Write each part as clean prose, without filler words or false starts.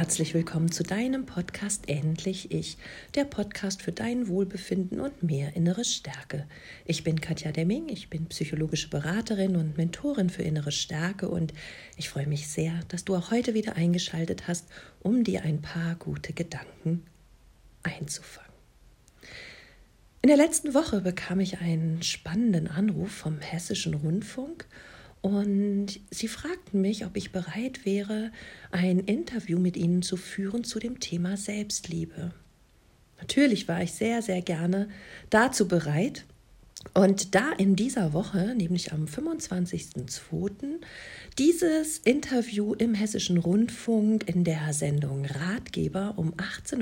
herzlich willkommen zu deinem Podcast Endlich Ich, der Podcast für dein Wohlbefinden und mehr innere Stärke. Ich bin Katja Demming, ich bin psychologische Beraterin und Mentorin für innere Stärke und ich freue mich sehr, dass du auch heute wieder eingeschaltet hast, um dir ein paar gute Gedanken einzufangen. In der letzten Woche bekam ich einen spannenden Anruf vom Hessischen Rundfunk. Und sie fragten mich, ob ich bereit wäre, ein Interview mit ihnen zu führen zu dem Thema Selbstliebe. Natürlich war ich sehr, sehr gerne dazu bereit. Und da in dieser Woche, nämlich am 25.02., dieses Interview im Hessischen Rundfunk in der Sendung Ratgeber um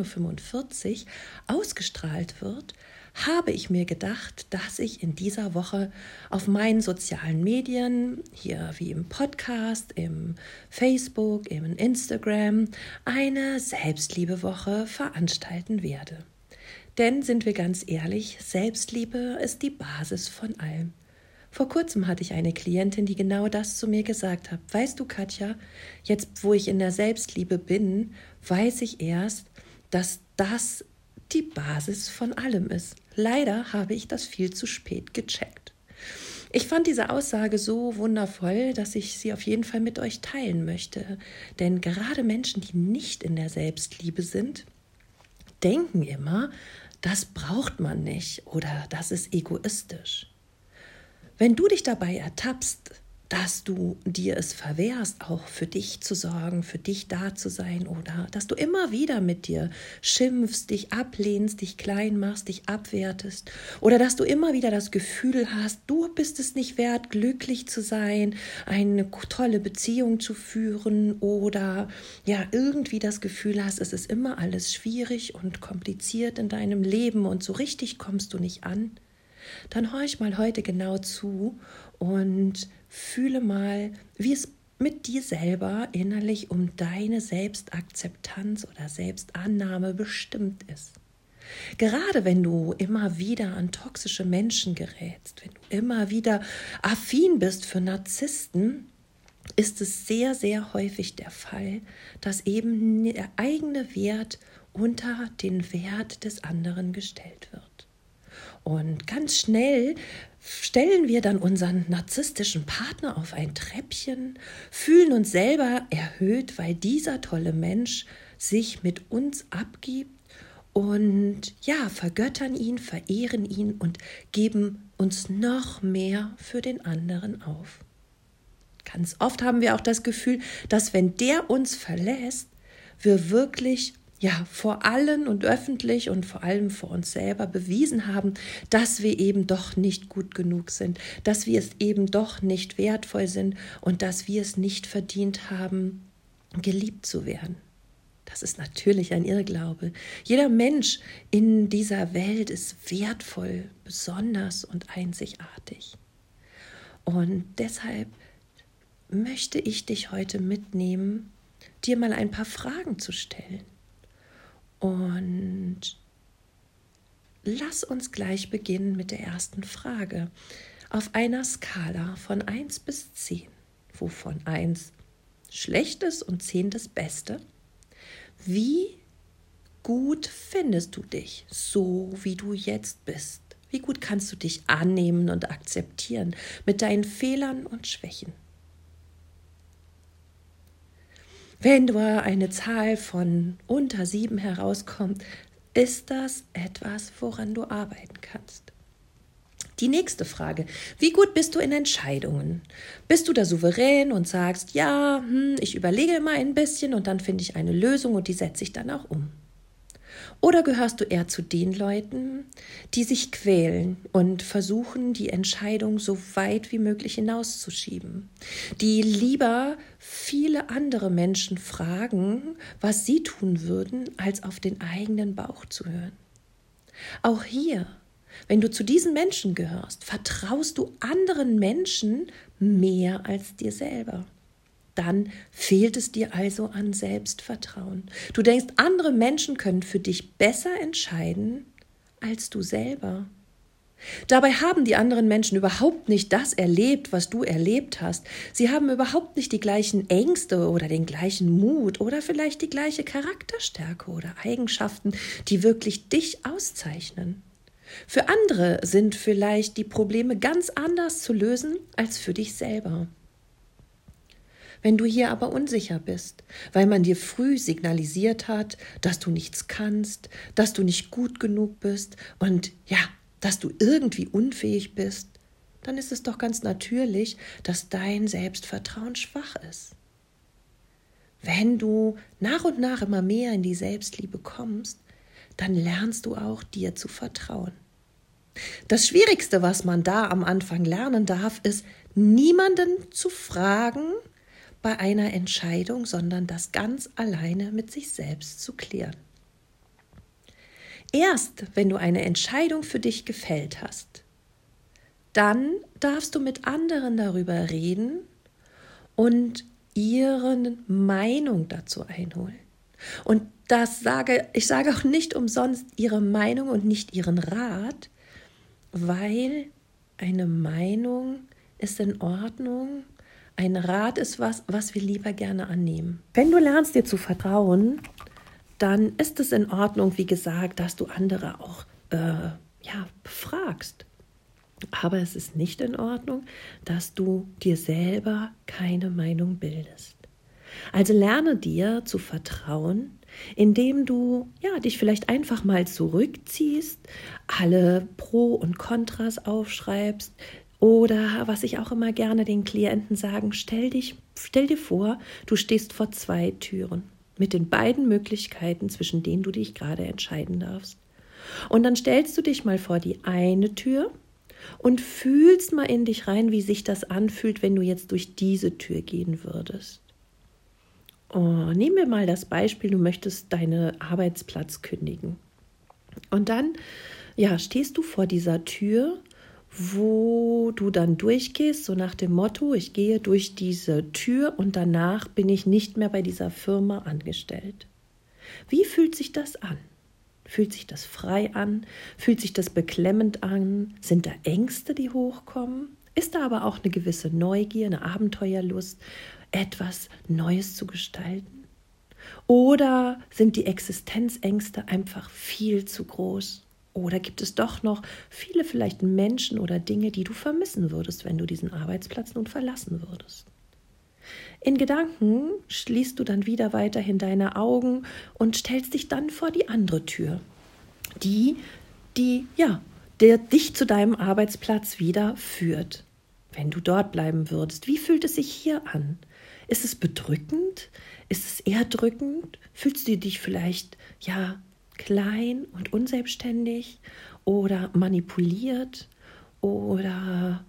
18.45 Uhr ausgestrahlt wird, habe ich mir gedacht, dass ich in dieser Woche auf meinen sozialen Medien, hier wie im Podcast, im Facebook, im Instagram, eine Selbstliebewoche veranstalten werde. Denn, sind wir ganz ehrlich, Selbstliebe ist die Basis von allem. Vor kurzem hatte ich eine Klientin, die genau das zu mir gesagt hat. Weißt du, Katja, jetzt wo ich in der Selbstliebe bin, weiß ich erst, dass das die Basis von allem ist. Leider habe ich das viel zu spät gecheckt. Ich fand diese Aussage so wundervoll, dass ich sie auf jeden Fall mit euch teilen möchte. Denn gerade Menschen, die nicht in der Selbstliebe sind, denken immer, das braucht man nicht oder das ist egoistisch. Wenn du dich dabei ertappst, dass du dir es verwehrst, auch für dich zu sorgen, für dich da zu sein oder dass du immer wieder mit dir schimpfst, dich ablehnst, dich klein machst, dich abwertest oder dass du immer wieder das Gefühl hast, du bist es nicht wert, glücklich zu sein, eine tolle Beziehung zu führen oder ja irgendwie das Gefühl hast, es ist immer alles schwierig und kompliziert in deinem Leben und so richtig kommst du nicht an, dann horch mal heute genau zu und fühle mal, wie es mit dir selber innerlich um deine Selbstakzeptanz oder Selbstannahme bestimmt ist. Gerade wenn du immer wieder an toxische Menschen gerätst, wenn du immer wieder affin bist für Narzissten, ist es sehr, sehr häufig der Fall, dass eben der eigene Wert unter den Wert des anderen gestellt wird. Und ganz schnell stellen wir dann unseren narzisstischen Partner auf ein Treppchen, fühlen uns selber erhöht, weil dieser tolle Mensch sich mit uns abgibt und ja, vergöttern ihn, verehren ihn und geben uns noch mehr für den anderen auf. Ganz oft haben wir auch das Gefühl, dass wenn der uns verlässt, wir wirklich vor allen und öffentlich und vor allem vor uns selber bewiesen haben, dass wir eben doch nicht gut genug sind, dass wir es eben doch nicht wertvoll sind und dass wir es nicht verdient haben, geliebt zu werden. Das ist natürlich ein Irrglaube. Jeder Mensch in dieser Welt ist wertvoll, besonders und einzigartig. Und deshalb möchte ich dich heute mitnehmen, dir mal ein paar Fragen zu stellen. Und lass uns gleich beginnen mit der ersten Frage. Auf einer Skala von 1 bis 10, wovon 1 schlecht ist und 10 das Beste, wie gut findest du dich, so wie du jetzt bist? Wie gut kannst du dich annehmen und akzeptieren mit deinen Fehlern und Schwächen? Wenn nur eine Zahl von unter 7 herauskommt, ist das etwas, woran du arbeiten kannst. Die nächste Frage: Wie gut bist du in Entscheidungen? Bist du da souverän und sagst, ja, ich überlege immer ein bisschen und dann finde ich eine Lösung und die setze ich dann auch um? Oder gehörst du eher zu den Leuten, die sich quälen und versuchen, die Entscheidung so weit wie möglich hinauszuschieben, die lieber viele andere Menschen fragen, was sie tun würden, als auf den eigenen Bauch zu hören? Auch hier, wenn du zu diesen Menschen gehörst, vertraust du anderen Menschen mehr als dir selber. Dann fehlt es dir also an Selbstvertrauen. Du denkst, andere Menschen können für dich besser entscheiden als du selber. Dabei haben die anderen Menschen überhaupt nicht das erlebt, was du erlebt hast. Sie haben überhaupt nicht die gleichen Ängste oder den gleichen Mut oder vielleicht die gleiche Charakterstärke oder Eigenschaften, die wirklich dich auszeichnen. Für andere sind vielleicht die Probleme ganz anders zu lösen als für dich selber. Wenn du hier aber unsicher bist, weil man dir früh signalisiert hat, dass du nichts kannst, dass du nicht gut genug bist und dass du irgendwie unfähig bist, dann ist es doch ganz natürlich, dass dein Selbstvertrauen schwach ist. Wenn du nach und nach immer mehr in die Selbstliebe kommst, dann lernst du auch dir zu vertrauen. Das Schwierigste, was man da am Anfang lernen darf, ist, niemanden zu fragen bei einer Entscheidung, sondern das ganz alleine mit sich selbst zu klären. Erst wenn du eine Entscheidung für dich gefällt hast, dann darfst du mit anderen darüber reden und ihre Meinung dazu einholen. Und ich sage auch nicht umsonst ihre Meinung und nicht ihren Rat, weil eine Meinung ist in Ordnung, ein Rat ist was wir lieber gerne annehmen. Wenn du lernst, dir zu vertrauen, dann ist es in Ordnung, wie gesagt, dass du andere auch befragst. Aber es ist nicht in Ordnung, dass du dir selber keine Meinung bildest. Also lerne dir zu vertrauen, indem du dich vielleicht einfach mal zurückziehst, alle Pro und Kontras aufschreibst oder, was ich auch immer gerne den Klienten sagen, stell dir vor, du stehst vor 2 Türen mit den beiden Möglichkeiten, zwischen denen du dich gerade entscheiden darfst. Und dann stellst du dich mal vor die eine Tür und fühlst mal in dich rein, wie sich das anfühlt, wenn du jetzt durch diese Tür gehen würdest. Nehmen wir mal das Beispiel, du möchtest deinen Arbeitsplatz kündigen. Und dann stehst du vor dieser Tür, wo du dann durchgehst, so nach dem Motto, ich gehe durch diese Tür und danach bin ich nicht mehr bei dieser Firma angestellt. Wie fühlt sich das an? Fühlt sich das frei an? Fühlt sich das beklemmend an? Sind da Ängste, die hochkommen? Ist da aber auch eine gewisse Neugier, eine Abenteuerlust, etwas Neues zu gestalten? Oder sind die Existenzängste einfach viel zu groß? Oder gibt es doch noch viele vielleicht Menschen oder Dinge, die du vermissen würdest, wenn du diesen Arbeitsplatz nun verlassen würdest? In Gedanken schließt du dann wieder weiterhin deine Augen und stellst dich dann vor die andere Tür, der dich zu deinem Arbeitsplatz wieder führt. Wenn du dort bleiben würdest, wie fühlt es sich hier an? Ist es bedrückend? Ist es eher drückend? Fühlst du dich vielleicht, klein und unselbstständig oder manipuliert oder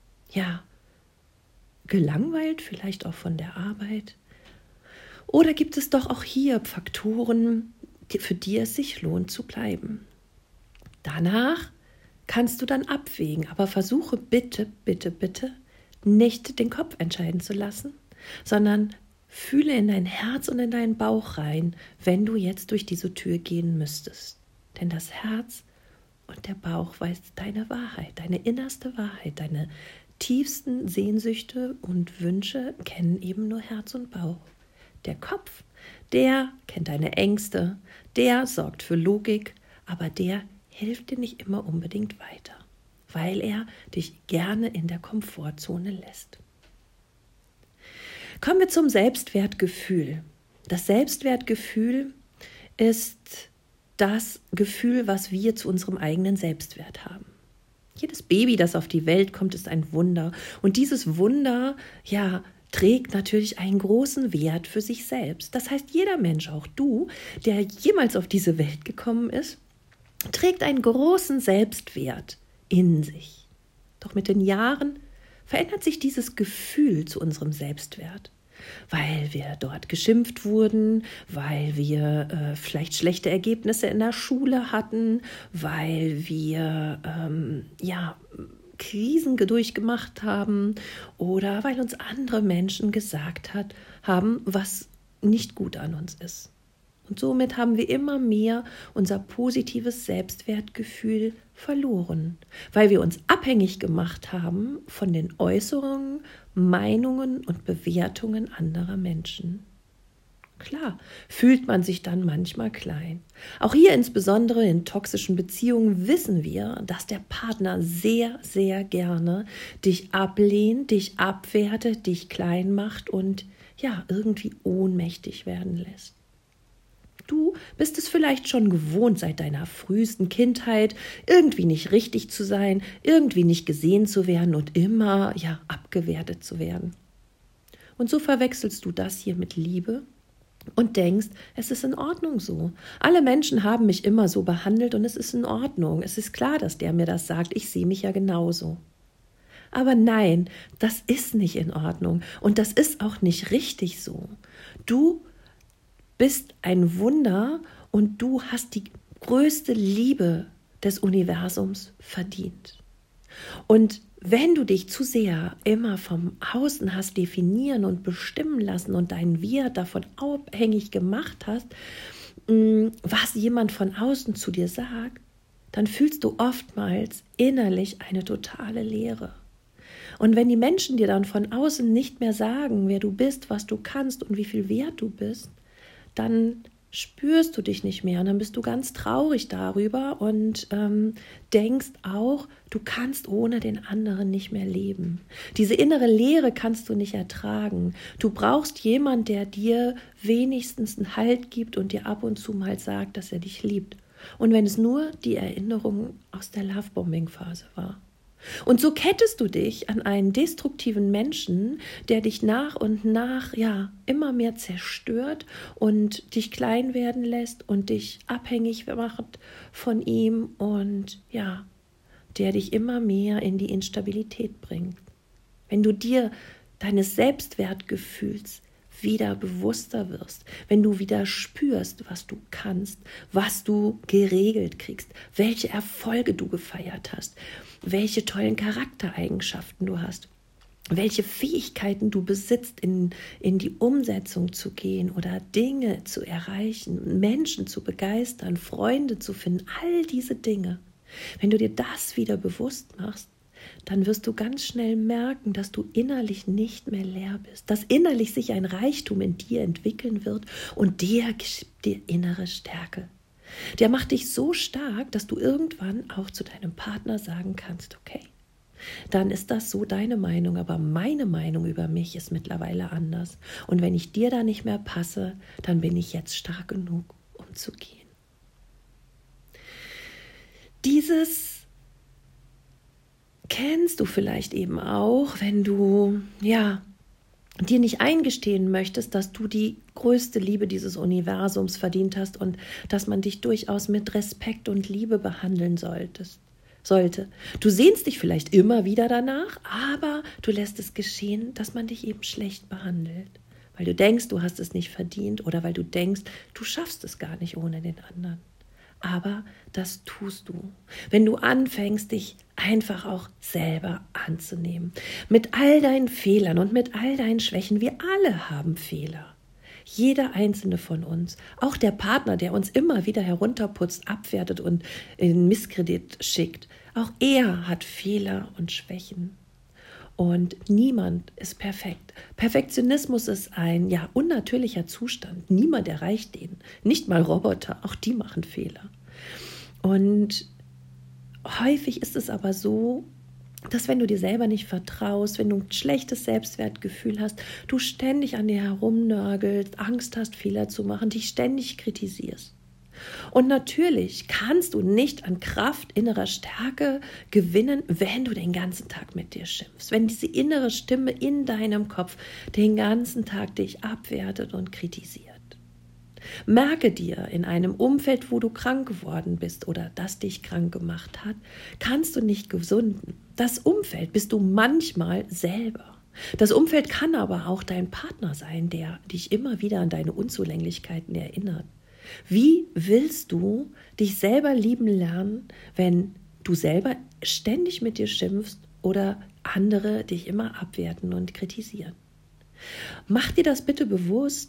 gelangweilt, vielleicht auch von der Arbeit? Oder gibt es doch auch hier Faktoren, für die es sich lohnt zu bleiben? Danach kannst du dann abwägen, aber versuche bitte, bitte, bitte nicht den Kopf entscheiden zu lassen, sondern fühle in dein Herz und in deinen Bauch rein, wenn du jetzt durch diese Tür gehen müsstest. Denn das Herz und der Bauch weiß deine Wahrheit, deine innerste Wahrheit, deine tiefsten Sehnsüchte und Wünsche kennen eben nur Herz und Bauch. Der Kopf, der kennt deine Ängste, der sorgt für Logik, aber der hilft dir nicht immer unbedingt weiter, weil er dich gerne in der Komfortzone lässt. Kommen wir zum Selbstwertgefühl. Das Selbstwertgefühl ist das Gefühl, was wir zu unserem eigenen Selbstwert haben. Jedes Baby, das auf die Welt kommt, ist ein Wunder. Und dieses Wunder, trägt natürlich einen großen Wert für sich selbst. Das heißt, jeder Mensch, auch du, der jemals auf diese Welt gekommen ist, trägt einen großen Selbstwert in sich. Doch mit den Jahren verändert sich dieses Gefühl zu unserem Selbstwert, weil wir dort geschimpft wurden, weil wir vielleicht schlechte Ergebnisse in der Schule hatten, weil wir Krisen durchgemacht haben oder weil uns andere Menschen gesagt haben, was nicht gut an uns ist. Und somit haben wir immer mehr unser positives Selbstwertgefühl verloren, weil wir uns abhängig gemacht haben von den Äußerungen, Meinungen und Bewertungen anderer Menschen. Klar, fühlt man sich dann manchmal klein. Auch hier insbesondere in toxischen Beziehungen wissen wir, dass der Partner sehr, sehr gerne dich ablehnt, dich abwertet, dich klein macht und ja, irgendwie ohnmächtig werden lässt. Du bist es vielleicht schon gewohnt, seit deiner frühesten Kindheit irgendwie nicht richtig zu sein, irgendwie nicht gesehen zu werden und immer, ja, abgewertet zu werden. Und so verwechselst du das hier mit Liebe und denkst, es ist in Ordnung so. Alle Menschen haben mich immer so behandelt und es ist in Ordnung. Es ist klar, dass der mir das sagt. Ich sehe mich ja genauso. Aber nein, das ist nicht in Ordnung und das ist auch nicht richtig so. Du bist ein Wunder und du hast die größte Liebe des Universums verdient. Und wenn du dich zu sehr immer vom Außen hast definieren und bestimmen lassen und deinen Wert davon abhängig gemacht hast, was jemand von außen zu dir sagt, dann fühlst du oftmals innerlich eine totale Leere. Und wenn die Menschen dir dann von außen nicht mehr sagen, wer du bist, was du kannst und wie viel wert du bist, dann spürst du dich nicht mehr und dann bist du ganz traurig darüber und denkst auch, du kannst ohne den anderen nicht mehr leben. Diese innere Leere kannst du nicht ertragen. Du brauchst jemanden, der dir wenigstens einen Halt gibt und dir ab und zu mal sagt, dass er dich liebt. Und wenn es nur die Erinnerung aus der Lovebombing-Phase war. Und so kettest du dich an einen destruktiven Menschen, der dich nach und nach ja immer mehr zerstört und dich klein werden lässt und dich abhängig macht von ihm und ja, der dich immer mehr in die Instabilität bringt. Wenn du dir deines Selbstwertgefühls wieder bewusster wirst, wenn du wieder spürst, was du kannst, was du geregelt kriegst, welche Erfolge du gefeiert hast, welche tollen Charaktereigenschaften du hast, welche Fähigkeiten du besitzt, in die Umsetzung zu gehen oder Dinge zu erreichen, Menschen zu begeistern, Freunde zu finden, all diese Dinge. Wenn du dir das wieder bewusst machst, dann wirst du ganz schnell merken, dass du innerlich nicht mehr leer bist, dass innerlich sich ein Reichtum in dir entwickeln wird und der gibt dir innere Stärke. Der macht dich so stark, dass du irgendwann auch zu deinem Partner sagen kannst, okay, dann ist das so deine Meinung, aber meine Meinung über mich ist mittlerweile anders. Und wenn ich dir da nicht mehr passe, dann bin ich jetzt stark genug, um zu gehen. Dieses kennst du vielleicht eben auch, wenn du dir nicht eingestehen möchtest, dass du die größte Liebe dieses Universums verdient hast und dass man dich durchaus mit Respekt und Liebe behandeln sollte. Du sehnst dich vielleicht immer wieder danach, aber du lässt es geschehen, dass man dich eben schlecht behandelt, weil du denkst, du hast es nicht verdient oder weil du denkst, du schaffst es gar nicht ohne den anderen. Aber das tust du, wenn du anfängst, dich einfach auch selber anzunehmen. Mit all deinen Fehlern und mit all deinen Schwächen. Wir alle haben Fehler. Jeder einzelne von uns. Auch der Partner, der uns immer wieder herunterputzt, abwertet und in Misskredit schickt. Auch er hat Fehler und Schwächen. Und niemand ist perfekt. Perfektionismus ist ein unnatürlicher Zustand. Niemand erreicht den. Nicht mal Roboter, auch die machen Fehler. Und häufig ist es aber so, dass wenn du dir selber nicht vertraust, wenn du ein schlechtes Selbstwertgefühl hast, du ständig an dir herumnörgelst, Angst hast, Fehler zu machen, dich ständig kritisierst. Und natürlich kannst du nicht an Kraft innerer Stärke gewinnen, wenn du den ganzen Tag mit dir schimpfst, wenn diese innere Stimme in deinem Kopf den ganzen Tag dich abwertet und kritisiert. Merke dir, in einem Umfeld, wo du krank geworden bist oder das dich krank gemacht hat, kannst du nicht gesunden. Das Umfeld bist du manchmal selber. Das Umfeld kann aber auch dein Partner sein, der dich immer wieder an deine Unzulänglichkeiten erinnert. Wie willst du dich selber lieben lernen, wenn du selber ständig mit dir schimpfst oder andere dich immer abwerten und kritisieren? Mach dir das bitte bewusst,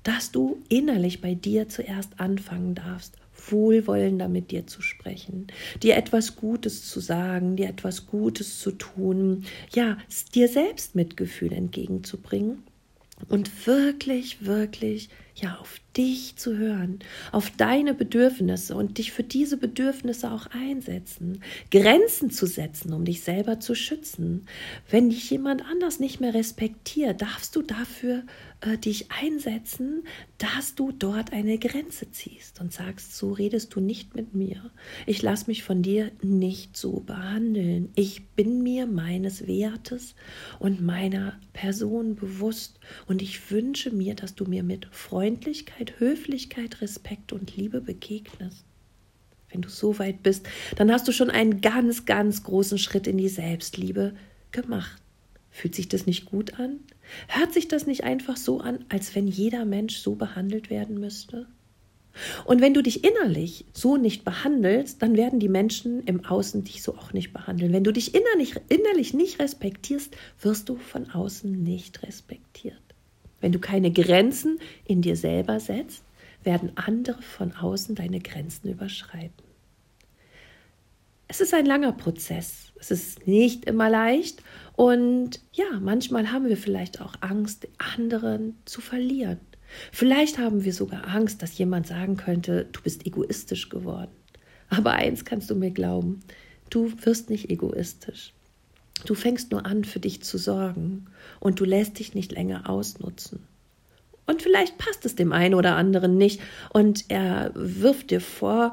dass du innerlich bei dir zuerst anfangen darfst, wohlwollender mit dir zu sprechen, dir etwas Gutes zu sagen, dir etwas Gutes zu tun, ja, dir selbst Mitgefühl entgegenzubringen und wirklich, wirklich, ja, auf dich zu hören, auf deine Bedürfnisse und dich für diese Bedürfnisse auch einsetzen, Grenzen zu setzen, um dich selber zu schützen. Wenn dich jemand anders nicht mehr respektiert, darfst du dafür dich einsetzen, dass du dort eine Grenze ziehst und sagst, so redest du nicht mit mir. Ich lasse mich von dir nicht so behandeln. Ich bin mir meines Wertes und meiner Person bewusst und ich wünsche mir, dass du mir mit Freundlichkeit, Höflichkeit, Respekt und Liebe begegnest. Wenn du so weit bist, dann hast du schon einen ganz, ganz großen Schritt in die Selbstliebe gemacht. Fühlt sich das nicht gut an? Hört sich das nicht einfach so an, als wenn jeder Mensch so behandelt werden müsste? Und wenn du dich innerlich so nicht behandelst, dann werden die Menschen im Außen dich so auch nicht behandeln. Wenn du dich innerlich nicht respektierst, wirst du von außen nicht respektiert. Wenn du keine Grenzen in dir selber setzt, werden andere von außen deine Grenzen überschreiten. Es ist ein langer Prozess. Es ist nicht immer leicht und ja, manchmal haben wir vielleicht auch Angst, anderen zu verlieren. Vielleicht haben wir sogar Angst, dass jemand sagen könnte, du bist egoistisch geworden. Aber eins kannst du mir glauben, du wirst nicht egoistisch. Du fängst nur an, für dich zu sorgen und du lässt dich nicht länger ausnutzen. Und vielleicht passt es dem einen oder anderen nicht und er wirft dir vor,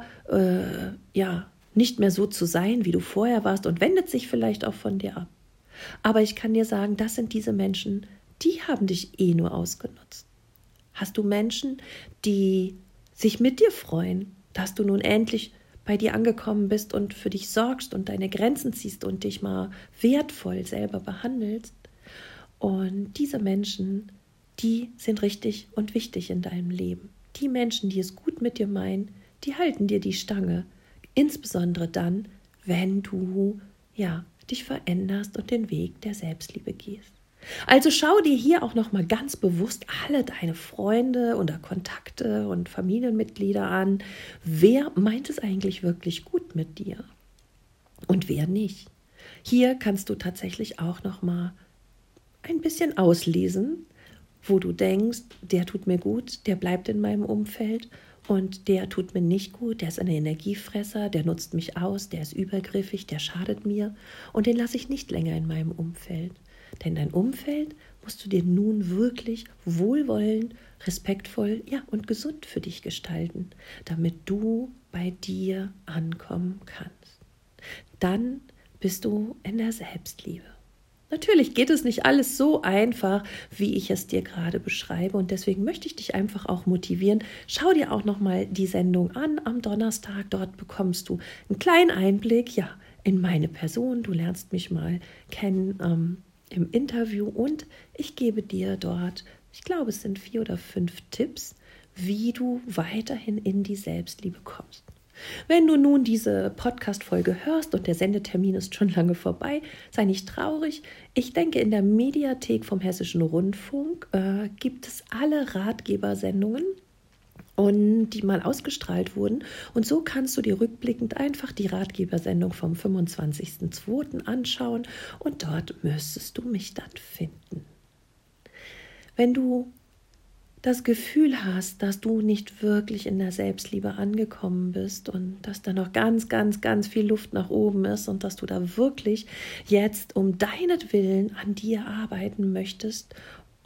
nicht mehr so zu sein, wie du vorher warst und wendet sich vielleicht auch von dir ab. Aber ich kann dir sagen, das sind diese Menschen, die haben dich nur ausgenutzt. Hast du Menschen, die sich mit dir freuen, dass du nun endlich bei dir angekommen bist und für dich sorgst und deine Grenzen ziehst und dich mal wertvoll selber behandelst? Und diese Menschen, die sind richtig und wichtig in deinem Leben. Die Menschen, die es gut mit dir meinen, die halten dir die Stange. Insbesondere dann, wenn du dich veränderst und den Weg der Selbstliebe gehst. Also schau dir hier auch nochmal ganz bewusst alle deine Freunde oder Kontakte und Familienmitglieder an. Wer meint es eigentlich wirklich gut mit dir und wer nicht? Hier kannst du tatsächlich auch nochmal ein bisschen auslesen, wo du denkst, der tut mir gut, der bleibt in meinem Umfeld und der tut mir nicht gut, der ist ein Energiefresser, der nutzt mich aus, der ist übergriffig, der schadet mir und den lasse ich nicht länger in meinem Umfeld. Denn dein Umfeld musst du dir nun wirklich wohlwollend, respektvoll, und gesund für dich gestalten, damit du bei dir ankommen kannst. Dann bist du in der Selbstliebe. Natürlich geht es nicht alles so einfach, wie ich es dir gerade beschreibe und deswegen möchte ich dich einfach auch motivieren. Schau dir auch nochmal die Sendung an am Donnerstag. Dort bekommst du einen kleinen Einblick, in meine Person. Du lernst mich mal kennen im Interview und ich gebe dir dort, ich glaube, es sind 4 oder 5 Tipps, wie du weiterhin in die Selbstliebe kommst. Wenn du nun diese Podcast-Folge hörst und der Sendetermin ist schon lange vorbei, sei nicht traurig. Ich denke, in der Mediathek vom Hessischen Rundfunk gibt es alle Ratgebersendungen, die mal ausgestrahlt wurden. Und so kannst du dir rückblickend einfach die Ratgebersendung vom 25.02. anschauen und dort müsstest du mich dann finden. Wenn du das Gefühl hast, dass du nicht wirklich in der Selbstliebe angekommen bist und dass da noch ganz, ganz, ganz viel Luft nach oben ist und dass du da wirklich jetzt um deinetwillen an dir arbeiten möchtest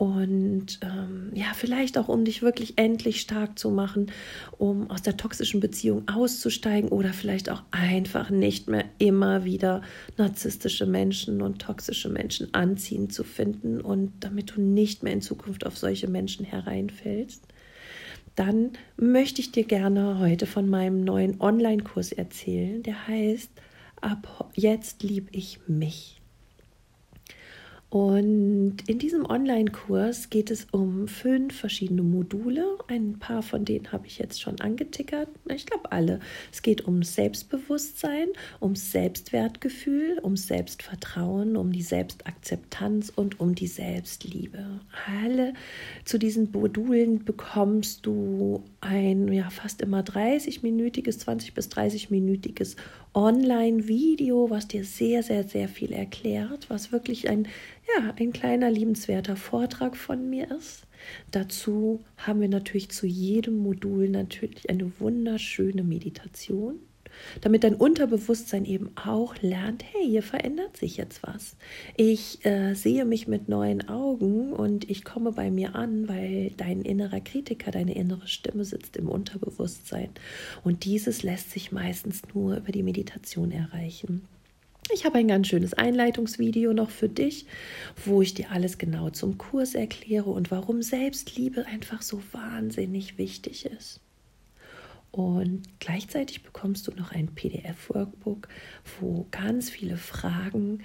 und vielleicht auch um dich wirklich endlich stark zu machen, um aus der toxischen Beziehung auszusteigen oder vielleicht auch einfach nicht mehr immer wieder narzisstische Menschen und toxische Menschen anziehend zu finden und damit du nicht mehr in Zukunft auf solche Menschen hereinfällst, dann möchte ich dir gerne heute von meinem neuen Online-Kurs erzählen, der heißt Ab jetzt lieb ich mich. Und in diesem Online-Kurs geht es um 5 verschiedene Module. Ein paar von denen habe ich jetzt schon angetickert. Ich glaube alle. Es geht um Selbstbewusstsein, um Selbstwertgefühl, um Selbstvertrauen, um die Selbstakzeptanz und um die Selbstliebe. Alle zu diesen Modulen bekommst du ein fast immer 30-minütiges, 20- bis 30-minütiges Online-Video, was dir sehr, sehr, sehr viel erklärt, was wirklich ein kleiner liebenswerter Vortrag von mir ist. Dazu haben wir natürlich zu jedem Modul natürlich eine wunderschöne Meditation, damit dein Unterbewusstsein eben auch lernt, hey, hier verändert sich jetzt was. Ich sehe mich mit neuen Augen und ich komme bei mir an, weil dein innerer Kritiker, deine innere Stimme sitzt im Unterbewusstsein. Und dieses lässt sich meistens nur über die Meditation erreichen. Ich habe ein ganz schönes Einleitungsvideo noch für dich, wo ich dir alles genau zum Kurs erkläre und warum Selbstliebe einfach so wahnsinnig wichtig ist. Und gleichzeitig bekommst du noch ein PDF-Workbook, wo ganz viele Fragen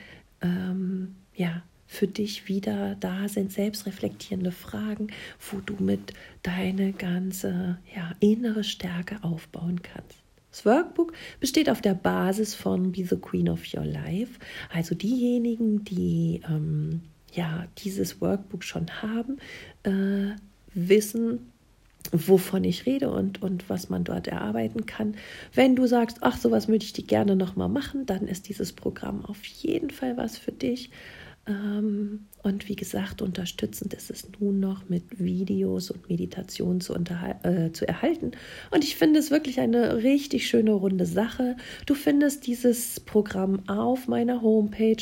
für dich wieder da sind, selbstreflektierende Fragen, wo du mit deine ganze innere Stärke aufbauen kannst. Das Workbook besteht auf der Basis von Be the Queen of Your Life. Also diejenigen, die dieses Workbook schon haben, wissen, wovon ich rede und was man dort erarbeiten kann. Wenn du sagst, ach, sowas würde ich gerne nochmal machen, dann ist dieses Programm auf jeden Fall was für dich. Und wie gesagt, unterstützend ist es nun noch mit Videos und Meditationen zu erhalten. Und ich finde es wirklich eine richtig schöne, runde Sache. Du findest dieses Programm auf meiner Homepage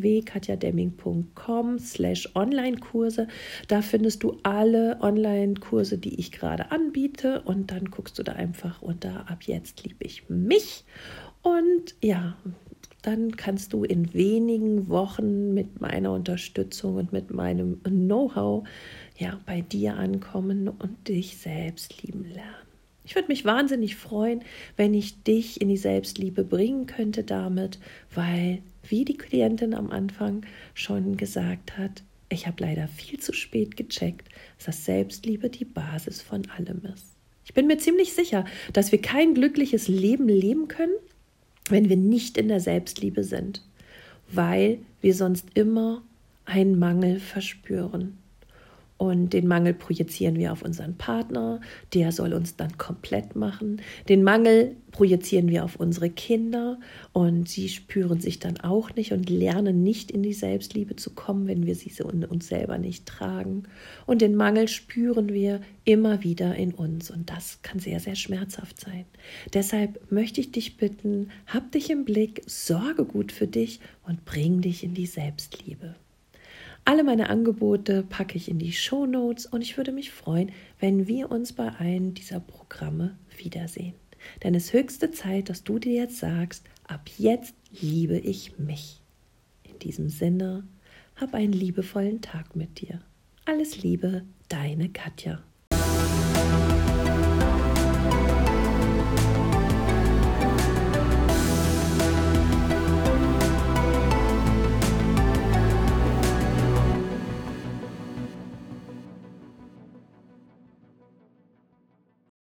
www.katjademming.com/Online-Kurse. Da findest du alle Online-Kurse, die ich gerade anbiete. Und dann guckst du da einfach unter Ab jetzt liebe ich mich. Und dann kannst du in wenigen Wochen mit meiner Unterstützung und mit meinem Know-how bei dir ankommen und dich selbst lieben lernen. Ich würde mich wahnsinnig freuen, wenn ich dich in die Selbstliebe bringen könnte damit, weil, wie die Klientin am Anfang schon gesagt hat, ich habe leider viel zu spät gecheckt, dass Selbstliebe die Basis von allem ist. Ich bin mir ziemlich sicher, dass wir kein glückliches Leben leben können, wenn wir nicht in der Selbstliebe sind, weil wir sonst immer einen Mangel verspüren. Und den Mangel projizieren wir auf unseren Partner, der soll uns dann komplett machen. Den Mangel projizieren wir auf unsere Kinder und sie spüren sich dann auch nicht und lernen nicht in die Selbstliebe zu kommen, wenn wir sie so in uns selber nicht tragen. Und den Mangel spüren wir immer wieder in uns und das kann sehr, sehr schmerzhaft sein. Deshalb möchte ich dich bitten, hab dich im Blick, sorge gut für dich und bring dich in die Selbstliebe. Alle meine Angebote packe ich in die Shownotes und ich würde mich freuen, wenn wir uns bei einem dieser Programme wiedersehen. Denn es ist höchste Zeit, dass du dir jetzt sagst, ab jetzt liebe ich mich. In diesem Sinne, hab einen liebevollen Tag mit dir. Alles Liebe, deine Katja.